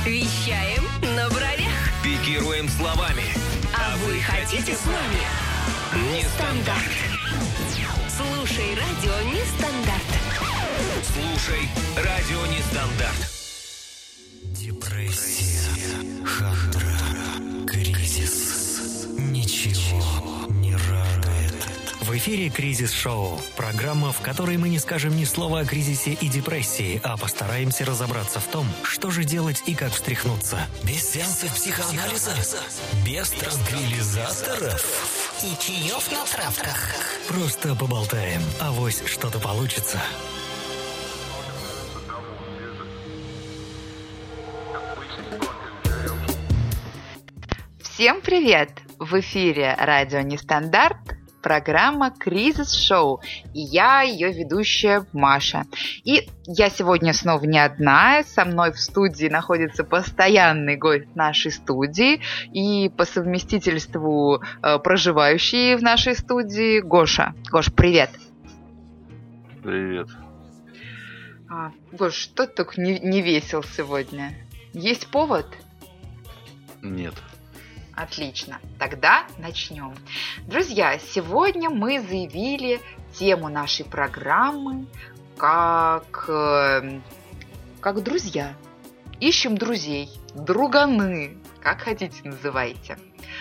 Вещаем на бровях. Пикируем словами. А вы хотите с нами? Нестандарт. Слушай радио Нестандарт. Слушай радио Нестандарт. Депрессия, хандра, кризис. Ничего не радует. В эфире «Кризис-шоу». Программа, в которой мы не скажем ни слова о кризисе и депрессии, а постараемся разобраться в том, что же делать и как встряхнуться. Без сеансов психоанализа, без транквилизаторов И чаев на травках. Просто поболтаем, авось что-то получится. Всем привет! В эфире радио Нестандарт, программа «Кризис-шоу», и я ее ведущая Маша. И я сегодня снова не одна, со мной в студии находится постоянный гость нашей студии и по совместительству проживающий в нашей студии Гоша. Гош, привет! Привет. Гош, что ты только не весел сегодня? Есть повод? Нет. Отлично, тогда начнем. Друзья, сегодня мы заявили тему нашей программы как друзья. Ищем друзей, друганы, как хотите называйте.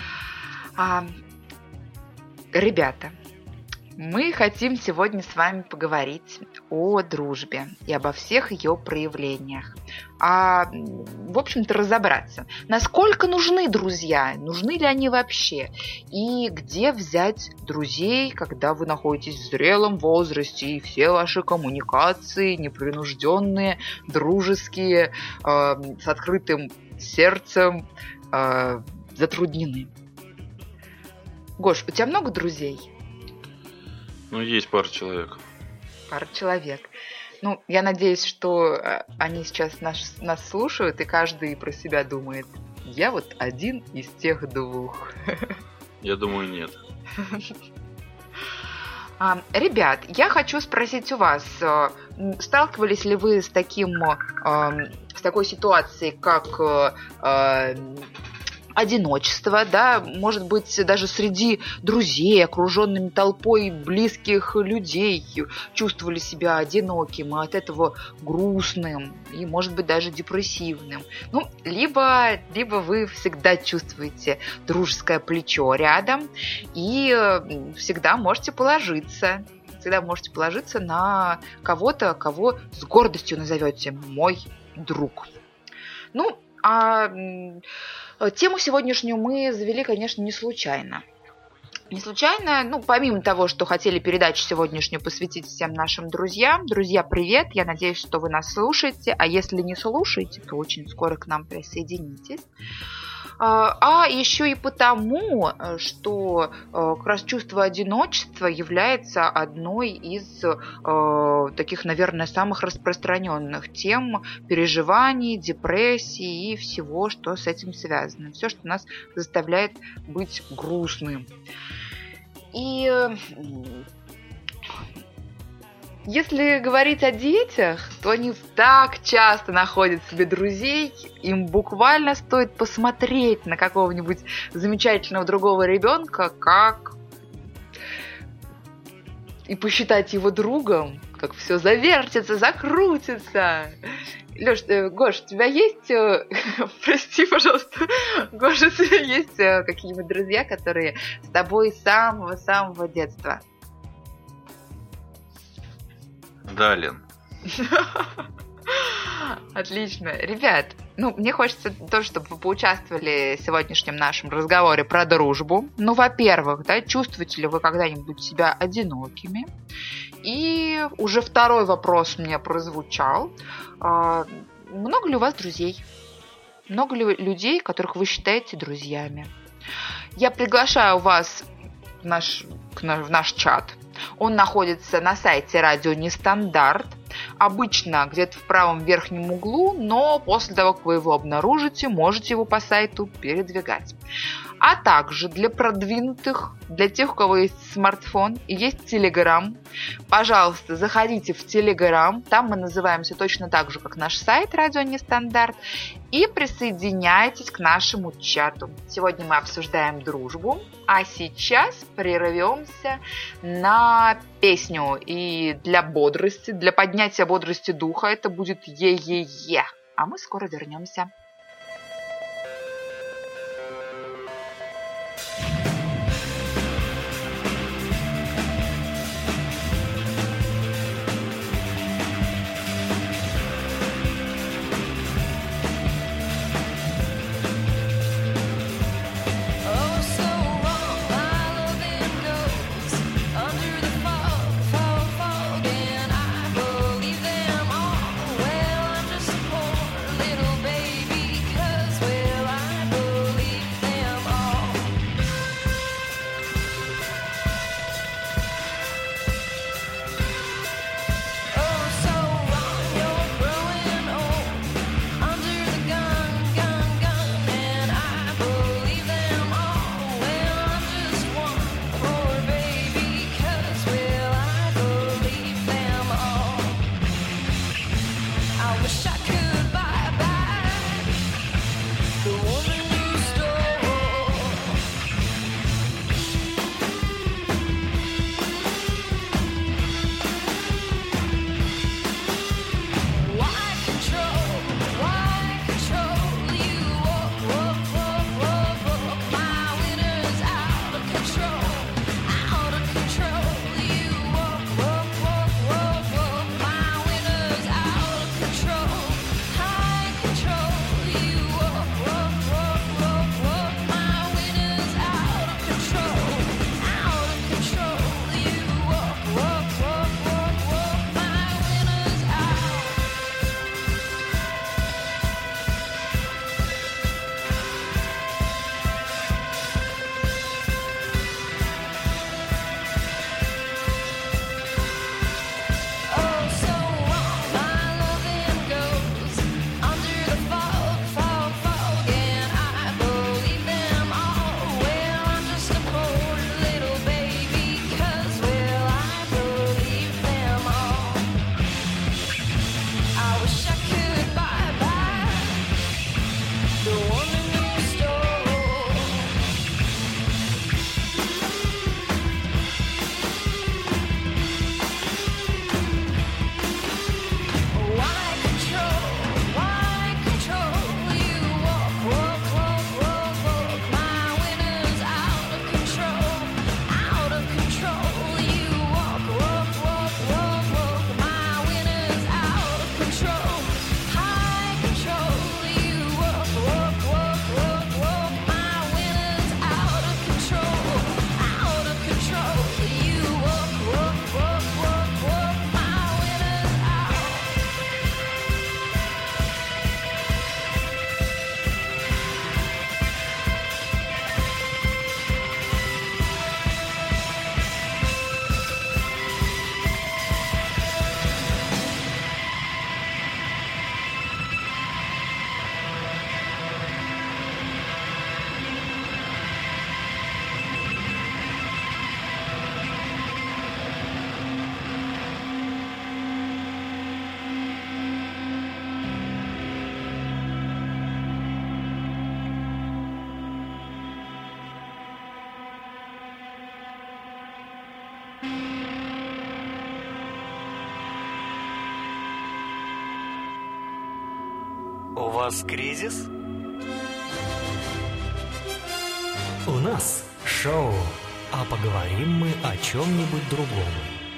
Ребята, мы хотим сегодня с вами поговорить о дружбе и обо всех ее проявлениях. В общем-то, разобраться, насколько нужны друзья, нужны ли они вообще, и где взять друзей, когда вы находитесь в зрелом возрасте, и все ваши коммуникации непринужденные, дружеские, с открытым сердцем затруднены. Гош, у тебя много друзей? Есть пара человек. Пара человек. Я надеюсь, что они сейчас нас слушают, и каждый про себя думает: я вот один из тех двух. Я думаю, нет. Ребят, я хочу спросить у вас, сталкивались ли вы с такой ситуацией, как одиночество, да, может быть, даже среди друзей, окруженными толпой близких людей, чувствовали себя одиноким, и от этого грустным, и, может быть, даже депрессивным. Либо вы всегда чувствуете дружеское плечо рядом, и всегда можете положиться на кого-то, кого с гордостью назовете «мой друг». Тему сегодняшнюю мы завели, конечно, не случайно. Помимо того, что хотели передачу сегодняшнюю посвятить всем нашим друзьям. Друзья, привет! Я надеюсь, что вы нас слушаете. А если не слушаете, то очень скоро к нам присоединитесь. А еще и потому, что как раз чувство одиночества является одной из таких, наверное, самых распространенных тем переживаний, депрессии и всего, что с этим связано. Все, что нас заставляет быть грустным. И если говорить о детях, то они так часто находят себе друзей, им буквально стоит посмотреть на какого-нибудь замечательного другого ребенка, и посчитать его другом, как все завертится, закрутится. Гош, у тебя есть, прости, пожалуйста, Гоша, у тебя есть какие-нибудь друзья, которые с тобой с самого-самого детства? Да, Лен. Отлично. Ребят, мне хочется тоже, чтобы вы поучаствовали в сегодняшнем нашем разговоре про дружбу. Во-первых, да, чувствуете ли вы когда-нибудь себя одинокими? И уже второй вопрос у меня прозвучал. Много ли у вас друзей? Много ли людей, которых вы считаете друзьями? Я приглашаю вас в наш чат. Он находится на сайте радио Нестандарт. Обычно где-то в правом верхнем углу, но после того, как вы его обнаружите, можете его по сайту передвигать. А также для продвинутых, для тех, у кого есть смартфон и есть Телеграм, пожалуйста, заходите в Телеграм, там мы называемся точно так же, как наш сайт «Радио Нестандарт», и присоединяйтесь к нашему чату. Сегодня мы обсуждаем дружбу, а сейчас прервемся на песню. И для бодрости, для поднятия бодрости духа это будет «Е-е-е». А мы скоро вернемся. У вас кризис? У нас шоу, а поговорим мы о чем-нибудь другом.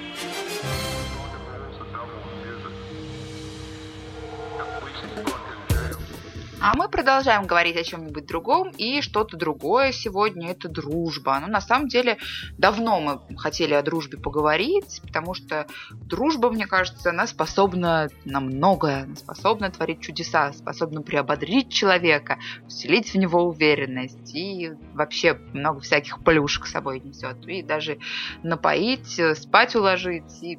А мы продолжаем говорить о чем-нибудь другом, и что-то другое сегодня – это дружба. Ну, на самом деле, давно мы хотели о дружбе поговорить, потому что дружба, мне кажется, она способна на многое, она способна творить чудеса, способна приободрить человека, вселить в него уверенность и вообще много всяких плюшек с собой несет. И даже напоить, спать уложить, и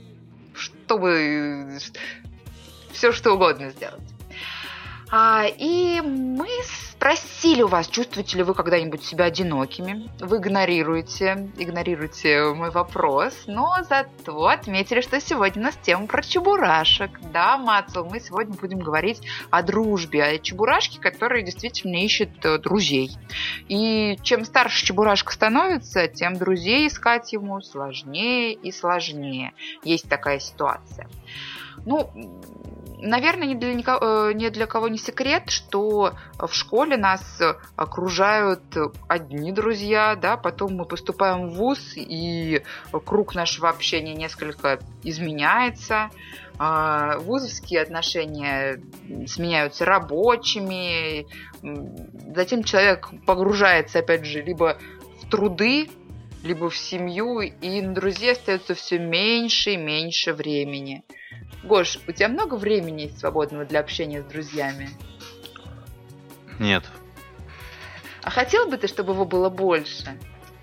чтобы все что угодно сделать. И мы с спросили у вас, чувствуете ли вы когда-нибудь себя одинокими. Вы игнорируете мой вопрос, но зато отметили, что сегодня у нас тема про чебурашек. Да, Мацл, мы сегодня будем говорить о дружбе, о чебурашке, который действительно ищет друзей. И чем старше чебурашка становится, тем друзей искать ему сложнее и сложнее. Есть такая ситуация. Наверное, ни для кого не секрет, что в школе нас окружают одни друзья, да, потом мы поступаем в вуз, и круг нашего общения несколько изменяется. Вузовские отношения сменяются рабочими, затем человек погружается, опять же, либо в труды, либо в семью, и на друзей остается все меньше и меньше времени. Гош, у тебя много времени есть свободного для общения с друзьями? Нет. А хотел бы ты, чтобы его было больше?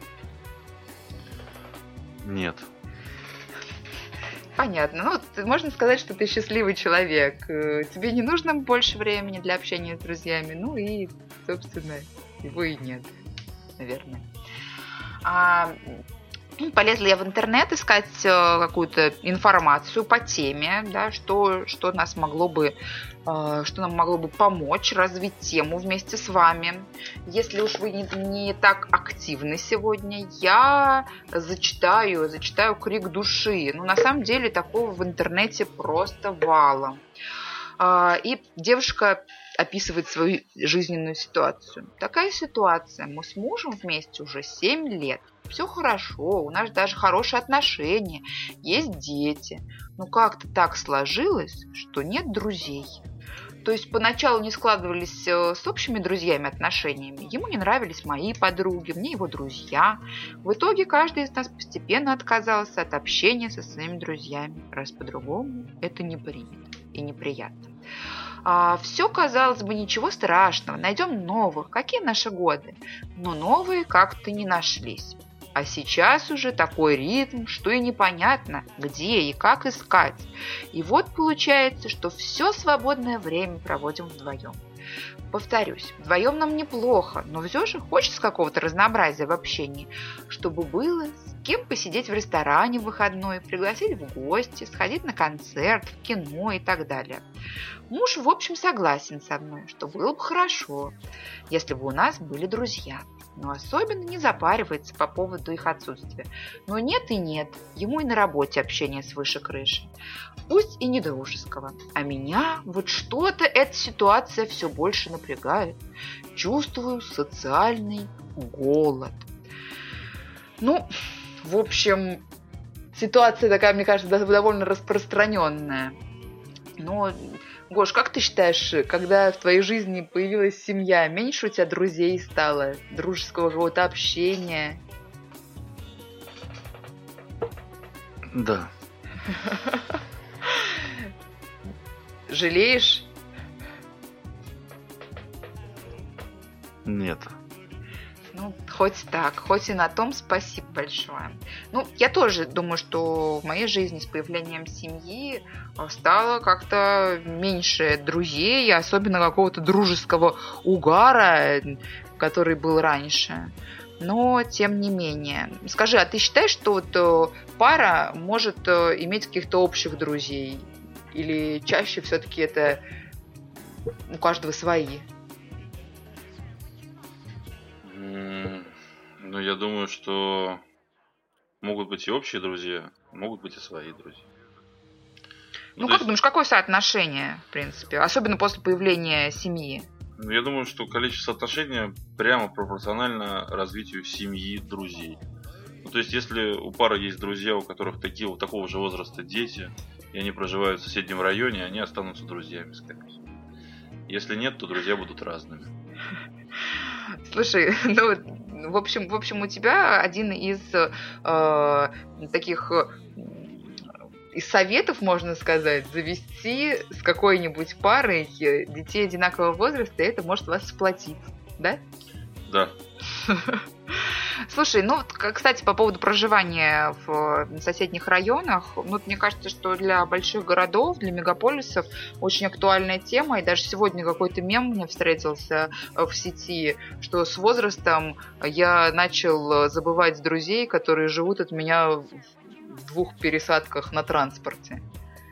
Нет. Понятно. Можно сказать, что ты счастливый человек. Тебе не нужно больше времени для общения с друзьями. И, собственно, его и нет, наверное. Полезла я в интернет искать какую-то информацию по теме, да, что нам могло бы помочь развить тему вместе с вами. Если уж вы не так активны сегодня, я зачитаю крик души. На самом деле такого в интернете просто валом. И девушка описывает свою жизненную ситуацию. Такая ситуация. Мы с мужем вместе уже 7 лет. Все хорошо, у нас даже хорошие отношения, есть дети. Но как-то так сложилось, что нет друзей. То есть поначалу не складывались с общими друзьями отношениями. Ему не нравились мои подруги, мне его друзья. В итоге каждый из нас постепенно отказался от общения со своими друзьями. Раз по-другому это не принято и неприятно. Все, казалось бы, ничего страшного. Найдем новых. Какие наши годы? Но новые как-то не нашлись. А сейчас уже такой ритм, что и непонятно, где и как искать. И вот получается, что все свободное время проводим вдвоем. Повторюсь, вдвоем нам неплохо, но все же хочется какого-то разнообразия в общении, чтобы было с кем посидеть в ресторане в выходной, пригласить в гости, сходить на концерт, в кино и так далее. Муж, в общем, согласен со мной, что было бы хорошо, если бы у нас были друзья. Но особенно не запаривается по поводу их отсутствия. Но нет и нет, ему и на работе общение свыше крыши. Пусть и не дружеского. А меня вот что-то эта ситуация все больше напрягает. Чувствую социальный голод. В общем, ситуация такая, мне кажется, довольно распространенная. Но, Гош, как ты считаешь, когда в твоей жизни появилась семья, меньше у тебя друзей стало, дружеского какого-то общения? Да. Жалеешь? Нет. Хоть так, хоть и на том спасибо большое. Я тоже думаю, что в моей жизни с появлением семьи стало как-то меньше друзей, особенно какого-то дружеского угара, который был раньше. Но, тем не менее. Скажи, а ты считаешь, что пара может иметь каких-то общих друзей? Или чаще все-таки это у каждого свои? Я думаю, что могут быть и общие друзья, могут быть и свои друзья. Как думаешь, какое соотношение, в принципе, особенно после появления семьи? Я думаю, что количество отношений прямо пропорционально развитию семьи, друзей. То есть, если у пары есть друзья, у которых такого же возраста дети, и они проживают в соседнем районе, они останутся друзьями, скорее всего. Если нет, то друзья будут разными. Слушай, в общем, у тебя один из таких из советов, можно сказать, завести с какой-нибудь парой детей одинакового возраста, и это может вас сплотить, да? Да. Слушай, ну, кстати, по поводу проживания в соседних районах, ну, мне кажется, что для больших городов, для мегаполисов очень актуальная тема, и даже сегодня какой-то мем мне встретился в сети, что с возрастом я начал забывать друзей, которые живут от меня в 2 пересадках на транспорте.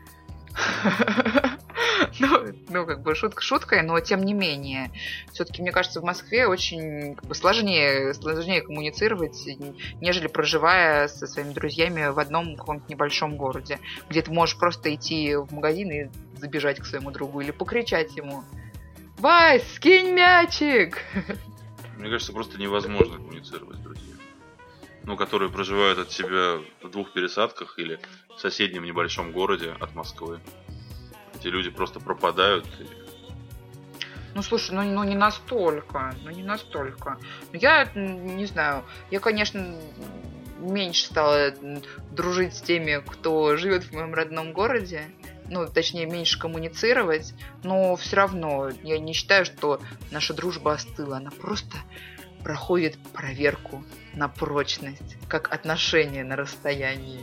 Ну, как бы шутка шуткой, но тем не менее. Все-таки, мне кажется, в Москве очень сложнее коммуницировать, нежели проживая со своими друзьями в одном каком-то небольшом городе, где ты можешь просто идти в магазин и забежать к своему другу или покричать ему: «Вась, скинь мячик!» Мне кажется, просто невозможно коммуницировать с друзьями. Ну, которые проживают от себя в 2 пересадках или в соседнем небольшом городе от Москвы. Эти люди просто пропадают. Ну, слушай, ну не настолько. Я не знаю, я, конечно, меньше стала дружить с теми, кто живет в моем родном городе. Ну, точнее, меньше коммуницировать. Но все равно я не считаю, что наша дружба остыла. Она просто проходит проверку на прочность, как отношения на расстоянии.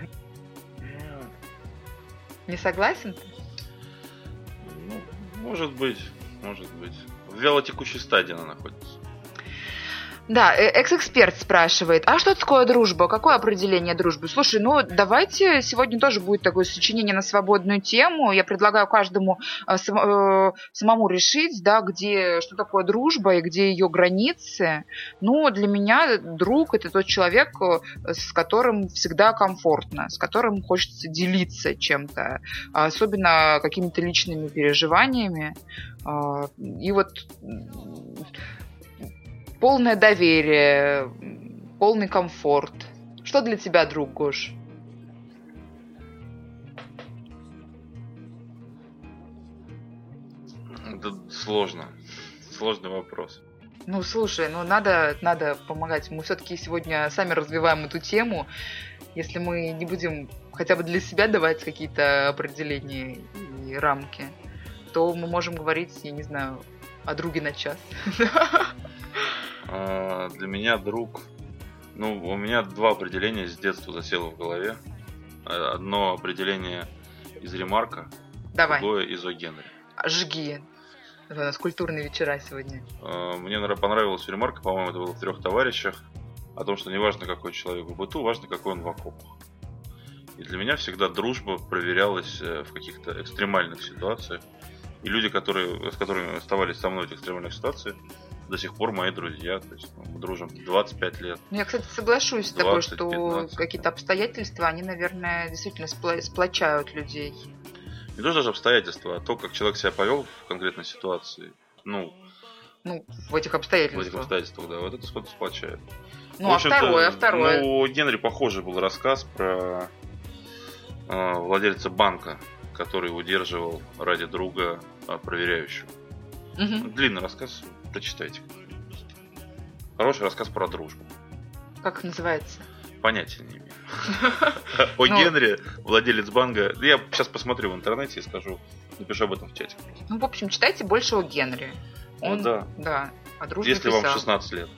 Не согласен ты? Ну, может быть. В вялотекущей стадии она находится. Да, экс-эксперт спрашивает, а что такое дружба? Какое определение дружбы? Слушай, ну давайте, сегодня тоже будет такое сочинение на свободную тему. Я предлагаю каждому самому решить, да, что такое дружба и где ее границы. Ну, для меня друг — это тот человек, с которым всегда комфортно, с которым хочется делиться чем-то, особенно какими-то личными переживаниями. И вот полное доверие, полный комфорт. Что для тебя друг, Гош? Это сложно. Сложный вопрос. Ну, слушай, надо помогать. Мы все-таки сегодня сами развиваем эту тему. Если мы не будем хотя бы для себя давать какие-то определения и рамки, то мы можем говорить, я не знаю, о друге на час. Для меня друг... Ну, у меня 2 определения с детства засело в голове. Одно определение из Ремарка, Давай. другое из О. Генри. Жги. Это у нас культурные вечера сегодня. Мне, наверное, понравилось у Ремарка, по-моему, это было в 3 товарищах, о том, что не важно, какой человек в быту, важно, какой он в окопах. И для меня всегда дружба проверялась в каких-то экстремальных ситуациях. И люди, с которыми оставались со мной в этих экстремальных ситуациях, до сих пор мои друзья. То есть мы дружим 25 лет. Ну, я, кстати, соглашусь с тобой, что 15. какие-то обстоятельства, они, наверное, действительно сплочают людей. Не то даже обстоятельства, а то, как человек себя повел в конкретной ситуации. Ну, в этих обстоятельствах. В этих обстоятельствах, да, вот это что-то сплочает. Ну, а второе? Ну, у Генри похожий был рассказ про владельца банка, который удерживал ради друга проверяющего. Угу. Длинный рассказ, прочитайте. Хороший рассказ про дружбу. Как называется? Понятия не имею. О Генри, владелец банка. Я сейчас посмотрю в интернете и скажу, напишу об этом в чате. Ну, в общем, читайте больше о Генри. Да. О дружбе Если писал. вам 16 лет.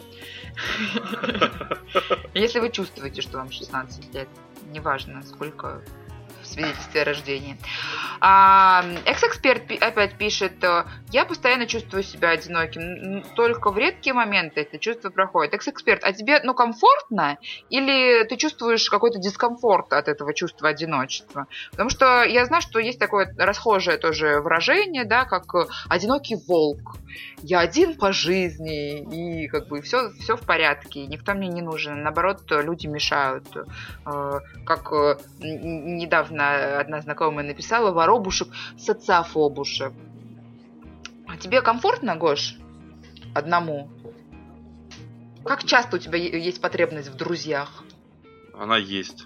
Если вы чувствуете, что вам 16 лет, неважно, сколько в свидетельстве о рождении. Экс-эксперт опять пишет: я постоянно чувствую себя одиноким, только в редкие моменты это чувство проходит. Экс-эксперт, а тебе комфортно или ты чувствуешь какой-то дискомфорт от этого чувства одиночества? Потому что я знаю, что есть такое расхожее тоже выражение, да, как одинокий волк. Я один по жизни, и как бы все в порядке, никто мне не нужен. Наоборот, люди мешают. Как недавно одна знакомая написала: воробушек, социофобушек. А тебе комфортно, Гош, одному? Как часто у тебя есть потребность в друзьях? Она есть.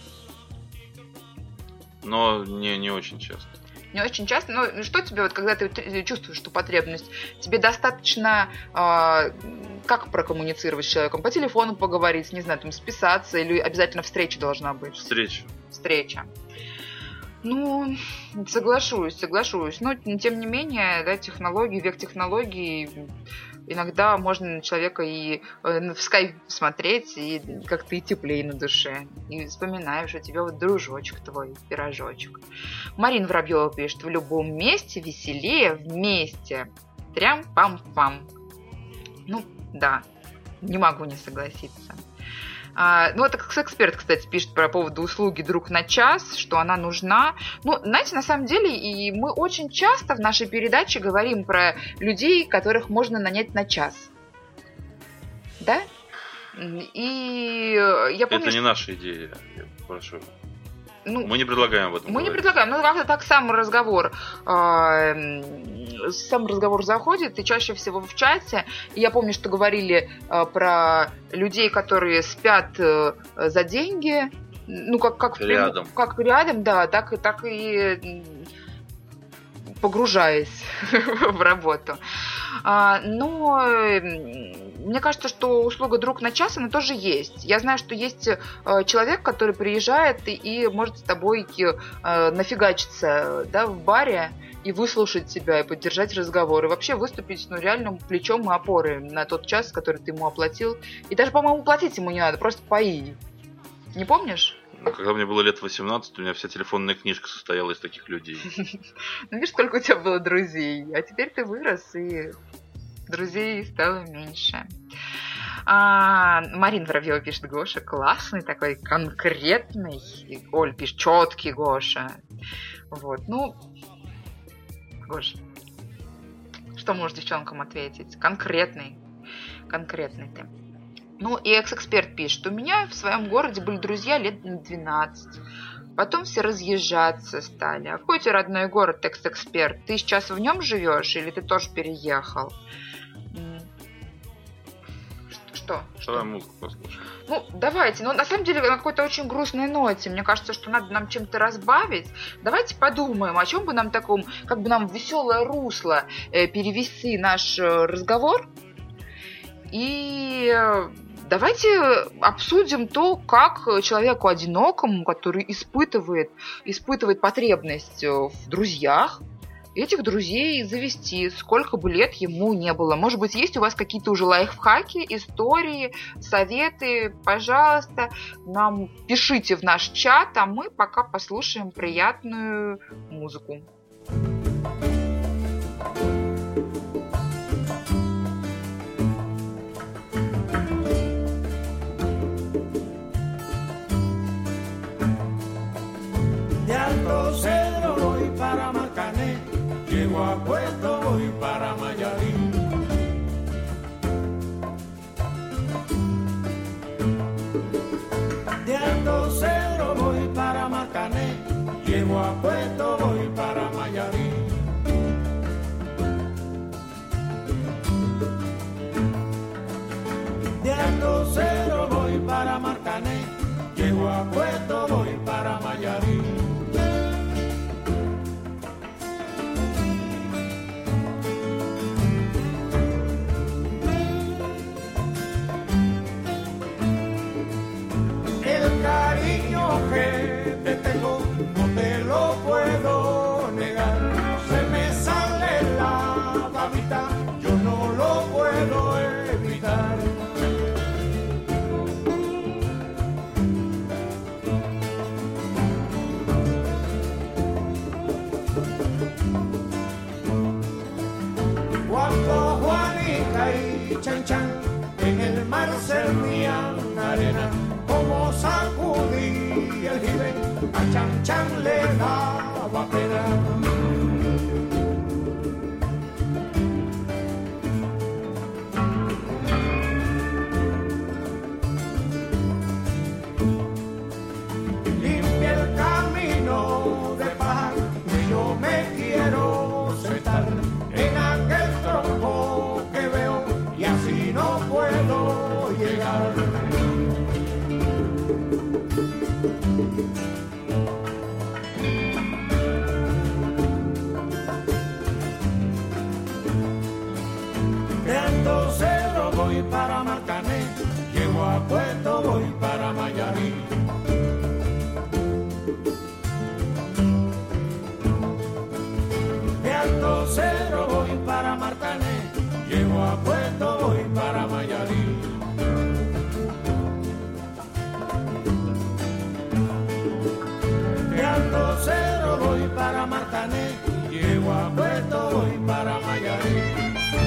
Но не очень часто. Не очень часто. Но что тебе, вот, когда ты чувствуешь эту потребность, тебе достаточно как прокоммуницировать с человеком? По телефону поговорить, не знаю, там списаться, или обязательно встреча должна быть? Встреча. Ну, соглашусь. Но, тем не менее, да, век технологий, иногда можно на человека и в скайп смотреть, и как-то и теплее на душе. И вспоминаешь, у тебя вот дружочек твой, пирожочек. Марина Воробьева пишет: в любом месте веселее вместе. Трям-пам-пам. Ну, да, не могу не согласиться. Ну, вот эксперт, кстати, пишет по поводу услуги «Друг на час», что она нужна. Ну, знаете, на самом деле, и мы очень часто в нашей передаче говорим про людей, которых можно нанять на час. Да? И я помню, это не наша идея, я прошу. Ну, мы не предлагаем об этом. Мы не предлагаем. Ну, как-то так сам разговор заходит, и чаще всего в чате. И я помню, что говорили про людей, которые спят за деньги. Ну, как рядом. Как рядом, да, так и погружаясь в работу. Но мне кажется, что услуга «Друг на час», она тоже есть. Я знаю, что есть человек, который приезжает и может с тобой нафигачиться, да, в баре и выслушать тебя, и поддержать разговор, и вообще выступить, ну, реальным плечом и опорой на тот час, который ты ему оплатил. И даже, по-моему, платить ему не надо, просто пои. Не помнишь? Когда мне было лет 18, у меня вся телефонная книжка состояла из таких людей. Ну, видишь, сколько у тебя было друзей. А теперь ты вырос, и друзей стало меньше. Марина Воробьева пишет: Гоша классный такой, конкретный. Оль пишет: четкий Гоша. Вот, ну, Гоша, что можешь девчонкам ответить? Конкретный ты. Ну, и экс-эксперт пишет: у меня в своем городе были друзья лет на 12. Потом все разъезжаться стали. А какой у тебя родной город, экс-эксперт? Ты сейчас в нем живешь или ты тоже переехал? Что? Давай музыку послушаем. Ну, давайте. Ну, на самом деле, на какой-то очень грустной ноте. Мне кажется, что надо нам чем-то разбавить. Давайте подумаем, о чем бы нам таком, как бы нам в веселое русло перевести наш разговор. И давайте обсудим то, как человеку одинокому, который испытывает потребность в друзьях, этих друзей завести, сколько бы лет ему не было. Может быть, есть у вас какие-то уже лайфхаки, истории, советы? Пожалуйста, нам пишите в наш чат, а мы пока послушаем приятную музыку. Llego a Puerto, voy para Mayarí. De Alto Cedro voy para Marcané. Llego a Puerto, voy para Mayarí. De Alto Cedro voy para Marcané. Llego a Puerto, voy para Mayarí. Que te tengo, no te lo puedo negar. Se me sale la babita, yo no lo puedo evitar. Cuando Juanita y Chan Chan en el mar servían arena, como sacudí el jibe, a Chan Chan le daba pena. Limpia el camino de paz, que yo me quiero sentar en aquel tronco que veo y así no puedo llegar. De Alto Cedro voy para Marcané, llego a Puerto, voy para Mayarí. De Alto Cedro voy para Marcané, llego a Puerto. Marcané, llego a Puerto, voy para Mayarí.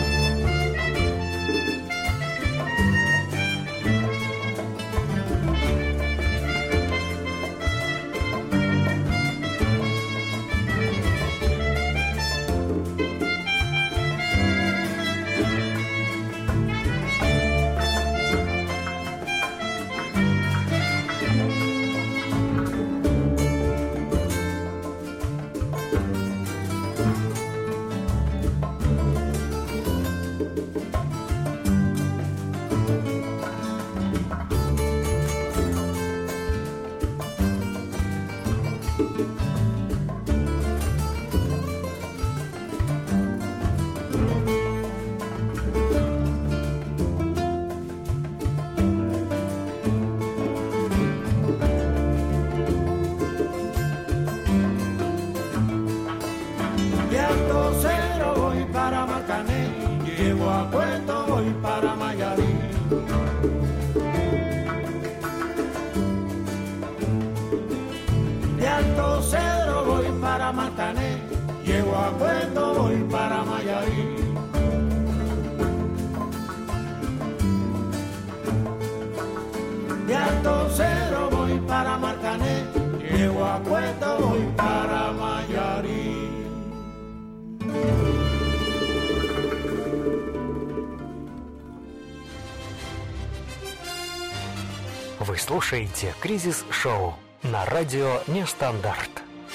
Вы слушаете «Кризис-шоу» на радио «Нестандарт».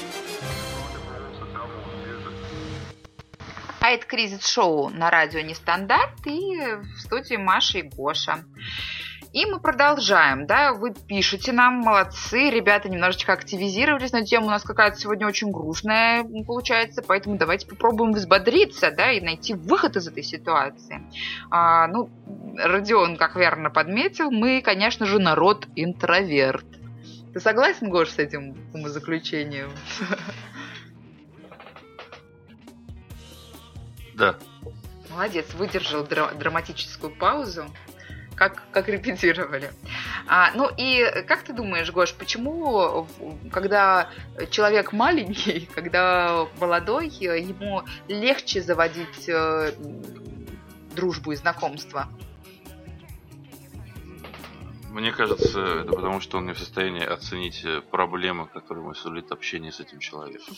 А это «Кризис-шоу» на радио «Нестандарт», и в студии Маша и Гоша. И мы продолжаем, да, вы пишете нам, молодцы, ребята немножечко активизировались, но тема у нас какая-то сегодня очень грустная получается, поэтому давайте попробуем взбодриться, да, и найти выход из этой ситуации. Родион, как верно подметил, мы, конечно же, народ-интроверт. Ты согласен, Гош, с этим умозаключением? Да. Молодец, выдержал драматическую паузу. Как репетировали. И как ты думаешь, Гош, почему, когда человек маленький, когда молодой, ему легче заводить дружбу и знакомство? Мне кажется, это потому, что он не в состоянии оценить проблемы, которые ему сулит общение с этим человеком.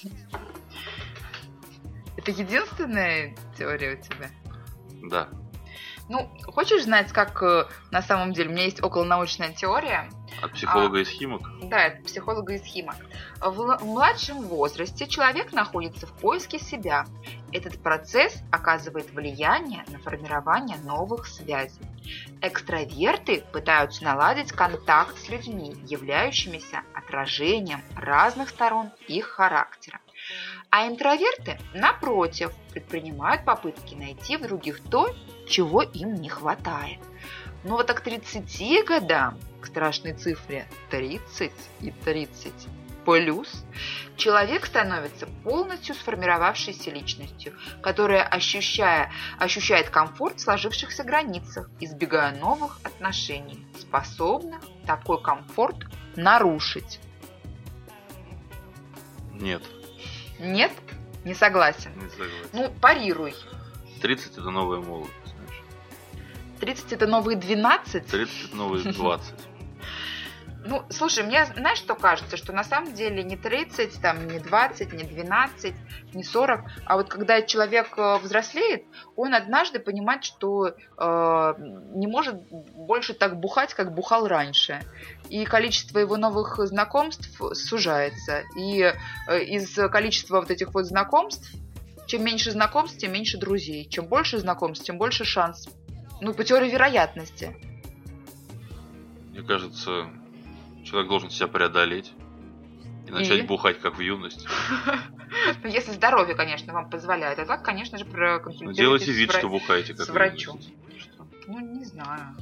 Это единственная теория у тебя? Да. Хочешь знать, как на самом деле? У меня есть околонаучная теория. От психолога из Химок? Да, от психолога из Химок. В младшем возрасте человек находится в поиске себя. Этот процесс оказывает влияние на формирование новых связей. Экстраверты пытаются наладить контакт с людьми, являющимися отражением разных сторон их характера. А интроверты, напротив, предпринимают попытки найти в других то, чего им не хватает. Но вот к 30 годам, к страшной цифре 30 и 30 плюс, человек становится полностью сформировавшейся личностью, которая ощущает комфорт в сложившихся границах, избегая новых отношений, способных такой комфорт нарушить. Нет. Нет? Не согласен? Не согласен. Парируй. 30 это новая молодость, знаешь. 30 это новые 12? 30 это новые 20. Слушай, мне знаешь, что кажется? Что на самом деле не 30, не 20, не 12, не 40, а вот когда человек взрослеет, он однажды понимает, что не может больше так бухать, как бухал раньше. И количество его новых знакомств сужается. И из количества вот этих вот знакомств, чем меньше знакомств, тем меньше друзей. Чем больше знакомств, тем больше шанс. По теории вероятности. Мне кажется, человек должен себя преодолеть и начать бухать, как в юности. Если здоровье, конечно, вам позволяет. А так, конечно же, проконсультируйтесь делайте вид, что бухаете, как с врачом. Не знаю.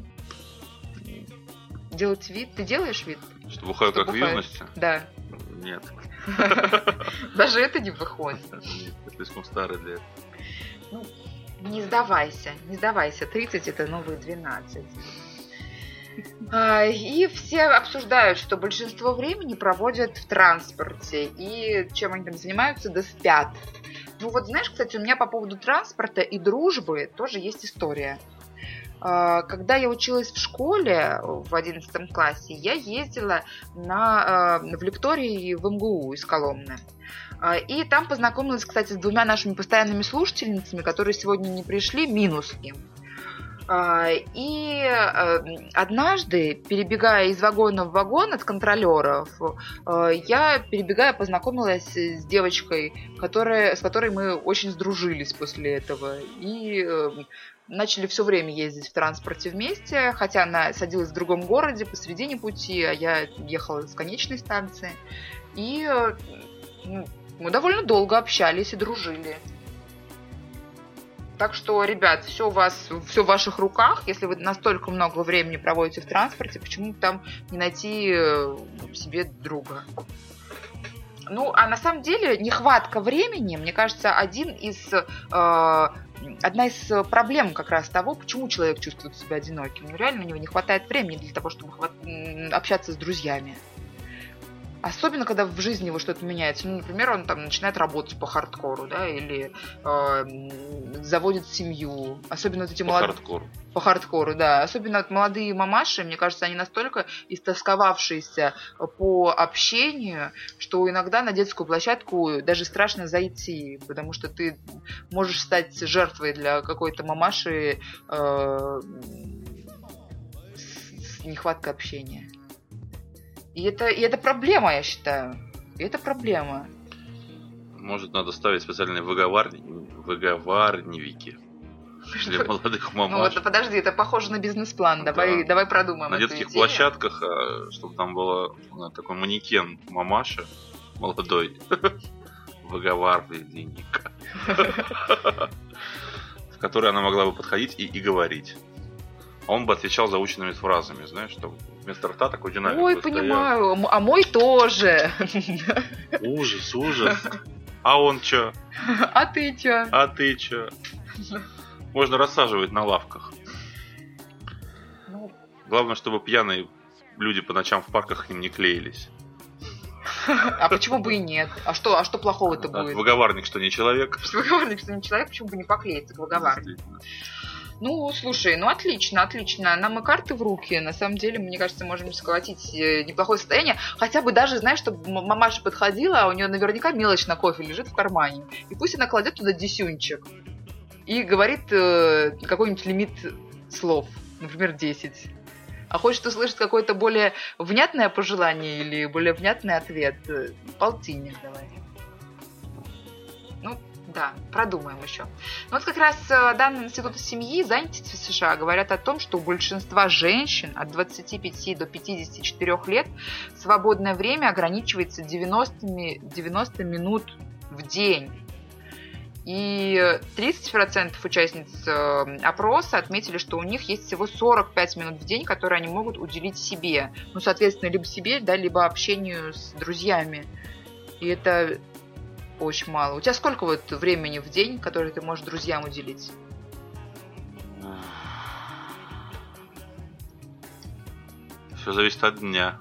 Делать вид? Ты делаешь вид? Что бухаю, как в юности? Да. Нет. Даже это не выходит. Нет, я слишком старый для этого. Не сдавайся. 30 это новые 12. И все обсуждают, что большинство времени проводят в транспорте. И чем они там занимаются, да спят. Ну вот знаешь, кстати, у меня по поводу транспорта и дружбы тоже есть история. Когда я училась в школе в 11 классе, я ездила в лектории в МГУ из Коломны. И там познакомилась, кстати, с двумя нашими постоянными слушательницами, которые сегодня не пришли, минус им. И однажды, перебегая из вагона в вагон от контролеров, я, перебегая, познакомилась с девочкой, с которой мы очень сдружились после этого. И начали все время ездить в транспорте вместе, хотя она садилась в другом городе посредине пути, а я ехала с конечной станции. И мы довольно долго общались и дружили. Так что, ребят, все в ваших руках. Если вы настолько много времени проводите в транспорте, почему там не найти себе друга? Ну, а на самом деле нехватка времени, мне кажется, одна из проблем как раз того, почему человек чувствует себя одиноким. Ну, реально у него не хватает времени для того, чтобы общаться с друзьями. Особенно, когда в жизни его что-то меняется. Ну, например, он там начинает работать по хардкору, да, или заводит семью. Особенно вот эти хардкору. По хардкору, да. Особенно вот молодые мамаши, мне кажется, они настолько истосковавшиеся по общению, что иногда на детскую площадку даже страшно зайти, потому что ты можешь стать жертвой для какой-то мамаши с нехваткой общения. И это проблема, я считаю. И это проблема. Может, надо ставить специальные выговарнивики для молодых мамаш. Ну вот, подожди, это похоже на бизнес-план. Давай продумаем на эту детских идею. площадках, чтобы там был такой манекен мамаши молодой. Выговарник. В который она могла бы подходить и говорить. А он бы отвечал заученными фразами, знаешь, что вместо рта такой динамик. Ой, понимаю, а мой тоже. Ужас. А он чё? А ты чё? Можно рассаживать на лавках. Главное, чтобы пьяные люди по ночам в парках к ним не клеились. А почему бы и нет? А что плохого-то будет? Выговарник, что не человек. Выговарник, что не человек, почему бы не поклеиться к выговарнику? Ну, слушай, отлично. Нам и карты в руки. На самом деле, мне кажется, можем сколотить неплохое состояние. Хотя бы даже, знаешь, чтобы мамаша подходила, а у нее наверняка мелочь на кофе лежит в кармане. И пусть она кладет туда десюнчик. И говорит какой-нибудь лимит слов. Например, 10. А хочет услышать какое-то более внятное пожелание или более внятный ответ? Полтинник давай. Да, продумаем еще. Вот как раз данные Института семьи и занятости в США говорят о том, что у большинства женщин от 25 до 54 лет свободное время ограничивается 90 минут в день. И 30% участниц опроса отметили, что у них есть всего 45 минут в день, которые они могут уделить себе. Ну, соответственно, либо себе, да, либо общению с друзьями. И это очень мало. У тебя сколько вот времени в день, которое ты можешь друзьям уделить? Все зависит от дня.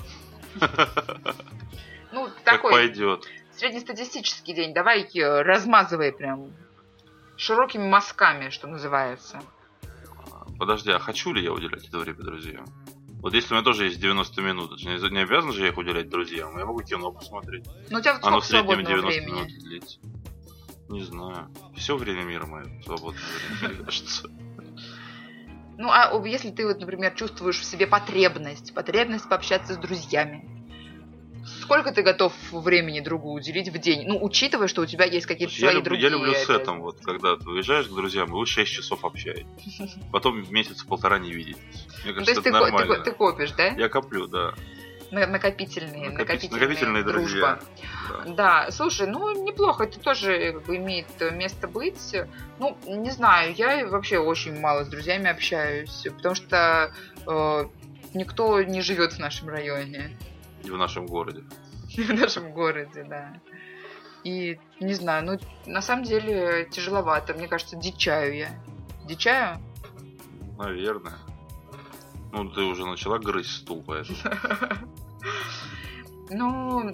Ну, как такой пойдет. Среднестатистический день. Давай размазывай прям широкими мазками, что называется. Подожди, а хочу ли я уделять это время друзьям? Вот если у меня тоже есть 90 минут, не обязан же я их уделять друзьям, я могу кино посмотреть. Ну, у тебя вот оно сколько в среднем 90 времени? минут длится. Не знаю. Все время мира мое свободное время, мне кажется. Ну, а если ты, вот, например, чувствуешь в себе потребность пообщаться с друзьями, сколько ты готов времени другу уделить в день? Ну, учитывая, что у тебя есть какие-то свои другие... Я люблю сетом, вот, когда ты уезжаешь к друзьям, вы 6 часов общаетесь. Потом месяца полтора не видитесь. Мне кажется, то есть это нормально. ты копишь, да? Я коплю, да. Накопительные друзья. дружба. Да, слушай, неплохо, это тоже имеет место быть. Ну, не знаю, я вообще очень мало с друзьями общаюсь, потому что никто не живет в нашем районе. И в нашем городе. В нашем городе, да. И, не знаю, на самом деле тяжеловато. Мне кажется, дичаю я. Дичаю? Наверное. Ну, ты уже начала грызть стул, поэтому. Ну,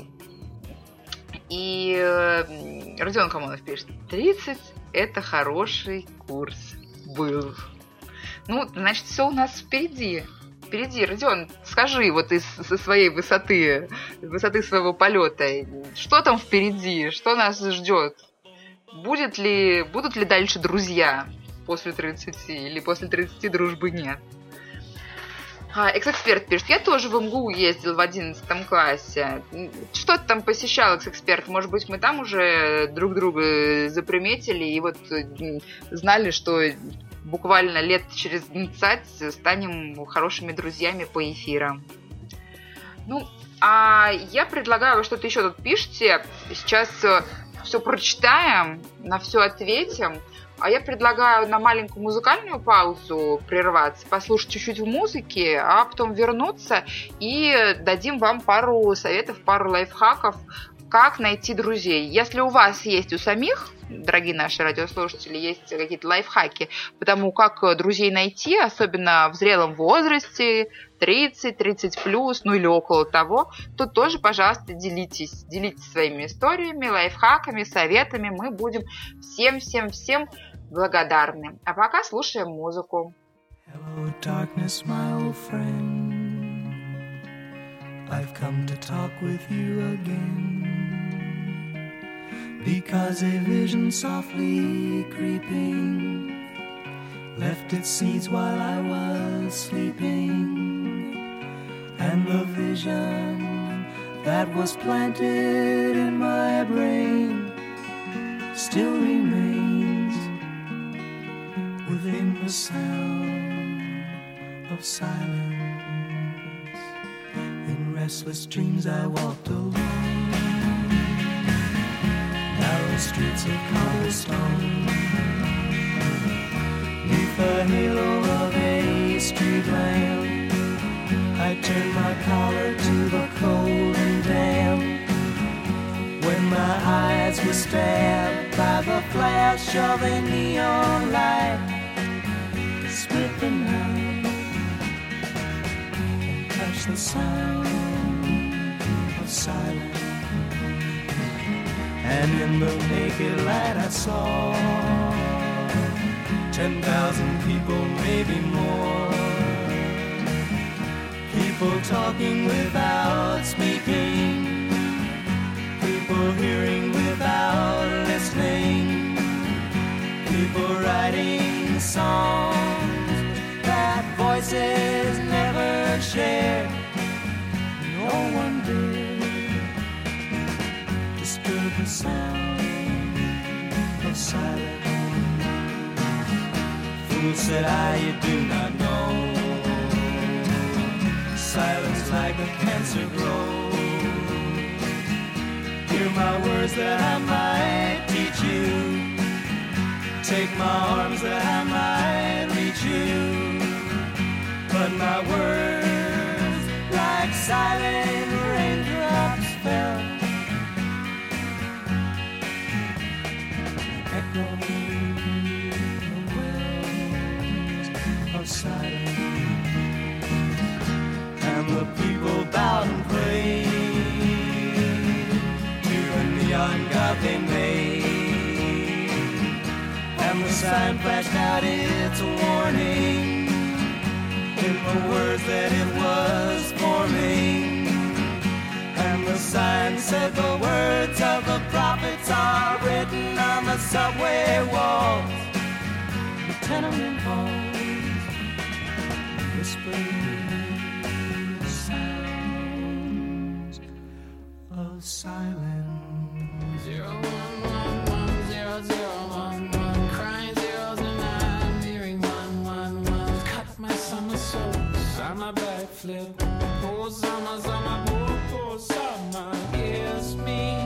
и Родион Камонов пишет: 30 – это хороший курс был. Ну, значит, все у нас впереди. Впереди, Родион, скажи вот со своей высоты своего полета, что там впереди, что нас ждет? Будут ли дальше друзья после 30 или после 30 дружбы нет? Экс-эксперт пишет: я тоже в МГУ ездил в 11 классе. Что ты там посещал, экс-эксперт? Может быть, мы там уже друг друга заприметили и вот знали, что буквально лет через 20 станем хорошими друзьями по эфирам. Ну, а я предлагаю, вы что-то еще тут пишите. Сейчас все прочитаем, на все ответим. А я предлагаю на маленькую музыкальную паузу прерваться, послушать чуть-чуть музыки, а потом вернуться и дадим вам пару советов, пару лайфхаков, как найти друзей. Если у вас есть у самих, дорогие наши радиослушатели, есть какие-то лайфхаки по тому, как друзей найти, особенно в зрелом возрасте, 30+, ну или около того, то тоже, пожалуйста, делитесь своими историями, лайфхаками, советами. Мы будем всем благодарны. А пока слушаем музыку. Hello, darkness, my old friend. I've come to talk with you again. Because a vision softly creeping left its seeds while I was sleeping. And the vision that was planted in my brain still remains within the sound of silence. In restless dreams I walked alone, narrow streets of cobblestone, neath the halo of a street lamp. I turned my collar to the cold and damp. When my eyes were stabbed by the flash of a neon light, split the night and touched the sound of silence. And in the naked light I saw 10,000 people, maybe more. People talking without speaking, people hearing without listening, people writing songs that voices never share. No one did disturb the sound of silence. Fool, said I, you do not know. Silence like a cancer grows. Hear my words that I might teach you. Take my arms that I might reach you. But my words, like silent raindrops, fell, echoing the wells of silence. And the people bowed and prayed to the neon god they made. And the sign flashed out its warning in the words that it was forming. And the sign said the words of the prophets are written on the subway walls, the tenement halls, whispering of silence. 0111001, crying zeros and I'm hearing 111. Cut my somersaults on my backflip. Poor summer, summer, poor summer, kiss me.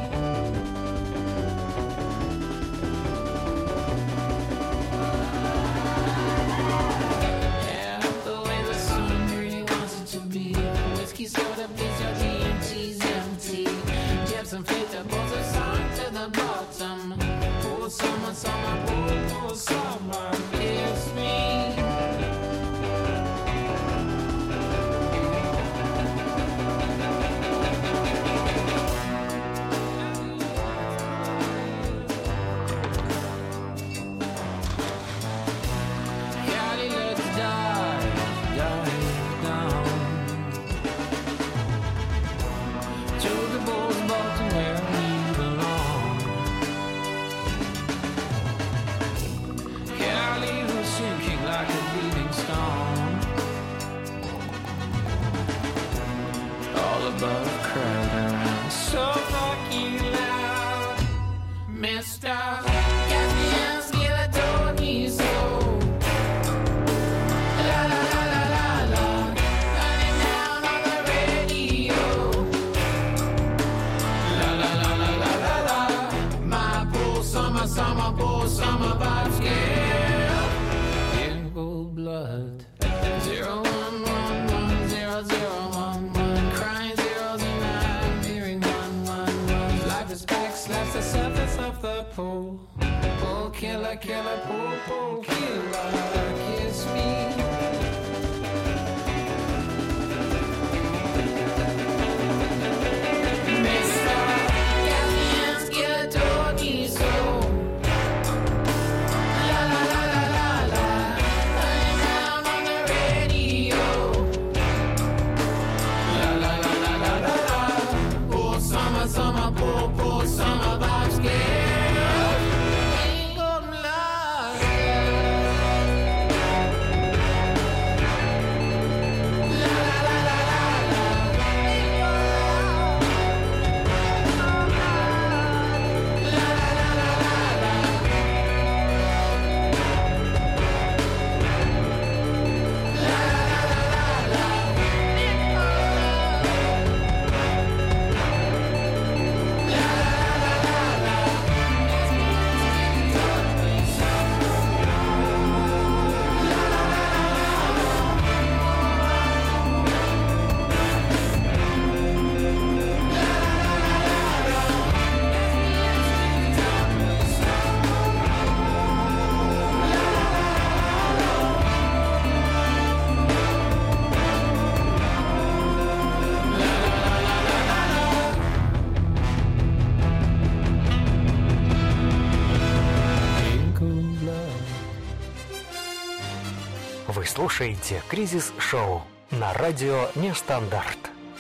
Yeah, the way the sun really wants it to be. Whiskey soda, please, your EMT's empty. Some faith that pulls us on to the bottom. Poor summer, summer, poor summer, kiss me. above curling around. So fucking loud, Mr. Caspian Skeleton, so la la la la la la, running down on the radio. La la la la la la la, my poor summer, summer, poor summer vibes, yeah. In cold blood, 011100111, crying zeros and nines, hearing 111. Life is back, slaps the surface of the pool. Oh, killer, killer, pool, pool, killer, kiss me. Mr. Caspian Skeleton, so la la la la la la, running down on the radio. La la la la la la la, poor summer, summer, poor, poor summer vibes, yeah. Ain't gonna lie. La la la la la la, ain't gonna lie. La la la la la Вы слушаете «Кризис-шоу» на радио «Нестандарт».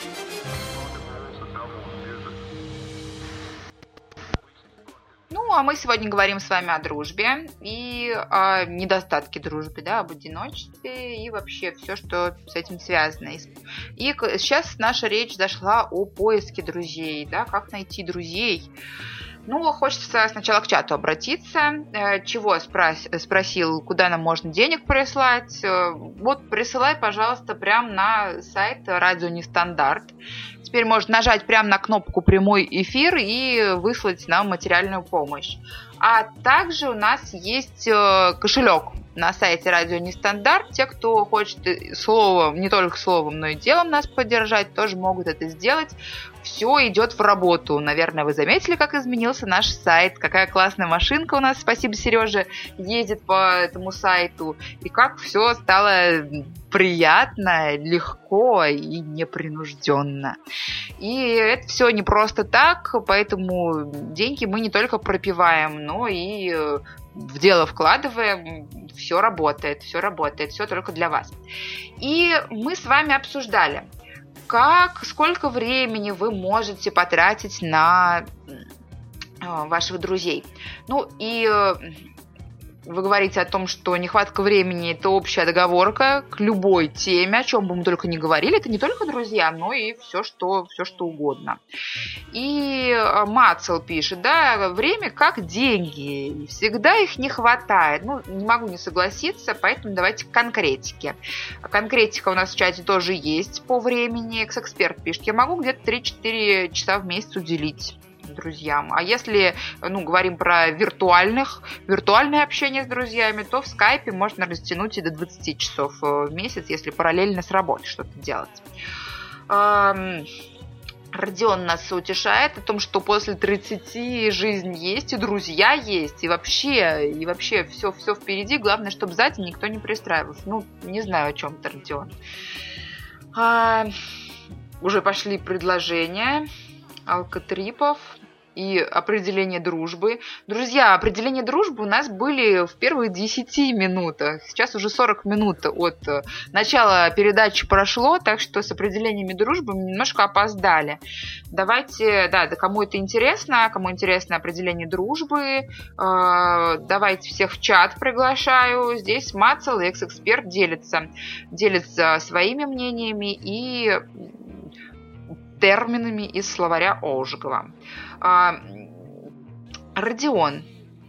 Ну, а мы сегодня говорим с вами о дружбе и о недостатке дружбы, да, об одиночестве и вообще все, что с этим связано. И сейчас наша речь зашла о поиске друзей, да, как найти друзей. Ну, хочется сначала к чату обратиться. Чего спросил, куда нам можно денег прислать? Вот присылай, пожалуйста, прямо на сайт Радио Нестандарт. Теперь можно нажать прямо на кнопку «Прямой эфир» и выслать нам материальную помощь. А также у нас есть кошелек на сайте Радио Нестандарт. Те, кто хочет словом, не только словом, но и делом нас поддержать, тоже могут это сделать. Все идет в работу. Наверное, вы заметили, как изменился наш сайт, какая классная машинка у нас, спасибо, Сереже, ездит по этому сайту, и как все стало приятно, легко и непринужденно. И это все не просто так, поэтому деньги мы не только пропиваем, но и в дело вкладываем. Все работает, все только для вас. И мы с вами обсуждали, сколько времени вы можете потратить на ваших друзей. Ну и вы говорите о том, что нехватка времени – это общая договорка к любой теме, о чем бы мы только ни говорили. Это не только друзья, но и все, что угодно. И Мацел пишет, да, время как деньги, всегда их не хватает. Ну, не могу не согласиться, поэтому давайте к конкретике. Конкретика у нас в чате тоже есть по времени. Экс-эксперт пишет, я могу где-то 3-4 часа в месяц уделить друзьям. А если, говорим про виртуальное общение с друзьями, то в скайпе можно растянуть и до 20 часов в месяц, если параллельно с работой что-то делать. Родион нас утешает о том, что после 30 жизнь есть, и друзья есть, и вообще все впереди. Главное, чтобы сзади никто не пристраивался. Ну, не знаю, о чем это, Родион. Уже пошли предложения алкотрипов и определение дружбы. Друзья, определение дружбы у нас были в первых 10 минутах. Сейчас уже 40 минут от начала передачи прошло, так что с определениями дружбы мы немножко опоздали. Давайте, кому это интересно, кому интересно определение дружбы, давайте всех в чат приглашаю. Здесь Мацел и экс-эксперт делятся своими мнениями и терминами из словаря Ожегова. Родион,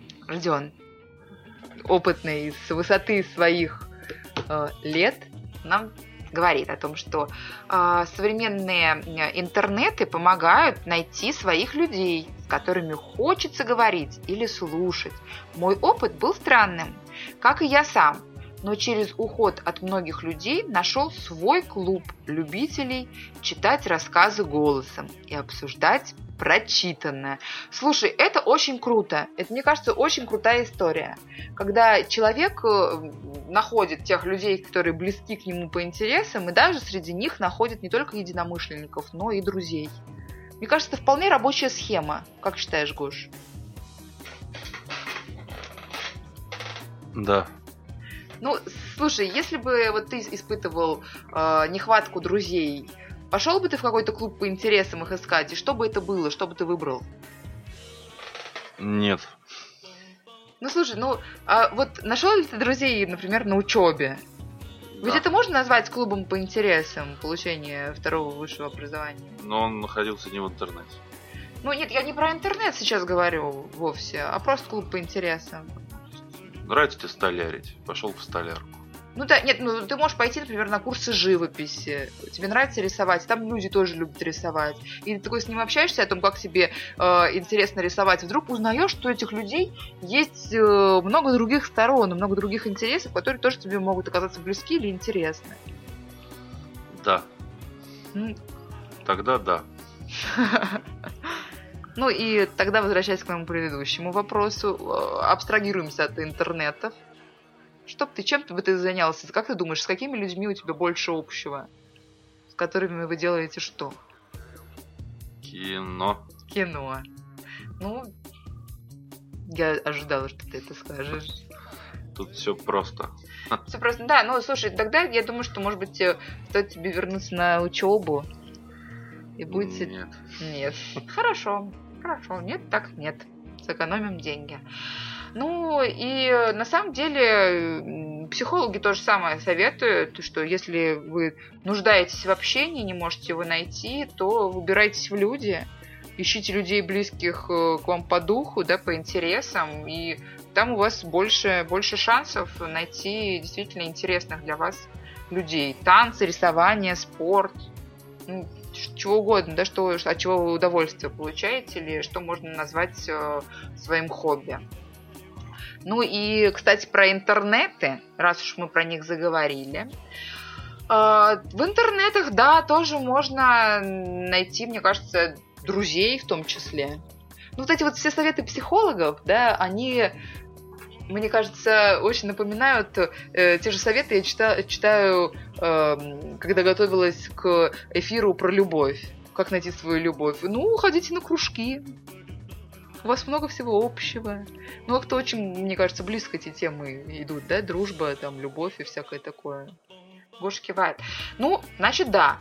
опытный с высоты своих лет, нам говорит о том, что современные интернеты помогают найти своих людей, с которыми хочется говорить или слушать. Мой опыт был странным, как и я сам, но через уход от многих людей нашел свой клуб любителей читать рассказы голосом и обсуждать прочитанное. Слушай, это очень круто. Это, мне кажется, очень крутая история. Когда человек находит тех людей, которые близки к нему по интересам, и даже среди них находит не только единомышленников, но и друзей. Мне кажется, это вполне рабочая схема. Как считаешь, Гош? Да. Ну, слушай, если бы вот ты испытывал нехватку друзей, пошел бы ты в какой-то клуб по интересам их искать, и что бы это было, что бы ты выбрал? Нет. Ну, слушай, а вот нашел ли ты друзей, например, на учебе? Ведь Да. это можно назвать клубом по интересам получения второго высшего образования? Но он находился не в интернете. Ну, нет, я не про интернет сейчас говорю вовсе, а просто клуб по интересам. Нравится тебе столярить? Пошел в столярку. Ну да, нет, ты можешь пойти, например, на курсы живописи. Тебе нравится рисовать, там люди тоже любят рисовать. И ты такой с ним общаешься о том, как тебе интересно рисовать. Вдруг узнаешь, что у этих людей есть много других сторон, много других интересов, которые тоже тебе могут оказаться близки или интересны. Да. Ну, Тогда да. Ну и тогда, возвращаясь к моему предыдущему вопросу, абстрагируемся от интернетов. Чем бы ты занялся? Как ты думаешь, с какими людьми у тебя больше общего? С которыми вы делаете что? Кино. Кино. Ну, я ожидала, что ты это скажешь. Тут все просто. Все просто. Да, ну слушай, тогда я думаю, что, может быть, стоит тебе вернуться на учебу. И будет... Нет. Нет. Хорошо. Нет, так нет. Сэкономим деньги. Ну, и на самом деле психологи то же самое советуют, что если вы нуждаетесь в общении, не можете его найти, то выбирайтесь в люди, ищите людей, близких к вам по духу, да, по интересам, и там у вас больше шансов найти действительно интересных для вас людей. Танцы, рисование, спорт, чего угодно, да, от чего вы удовольствие получаете, или что можно назвать своим хобби. Ну и, кстати, про интернеты, раз уж мы про них заговорили. В интернетах, да, тоже можно найти, мне кажется, друзей в том числе. Ну, вот эти вот все советы психологов, да, они, мне кажется, очень напоминают те же советы я читаю, когда готовилась к эфиру про любовь. Как найти свою любовь? Ну, ходите на кружки. У вас много всего общего. Ну, как-то очень, мне кажется, близко эти темы идут, да? Дружба, там, любовь и всякое такое. Гоша кивает. Ну, значит, да.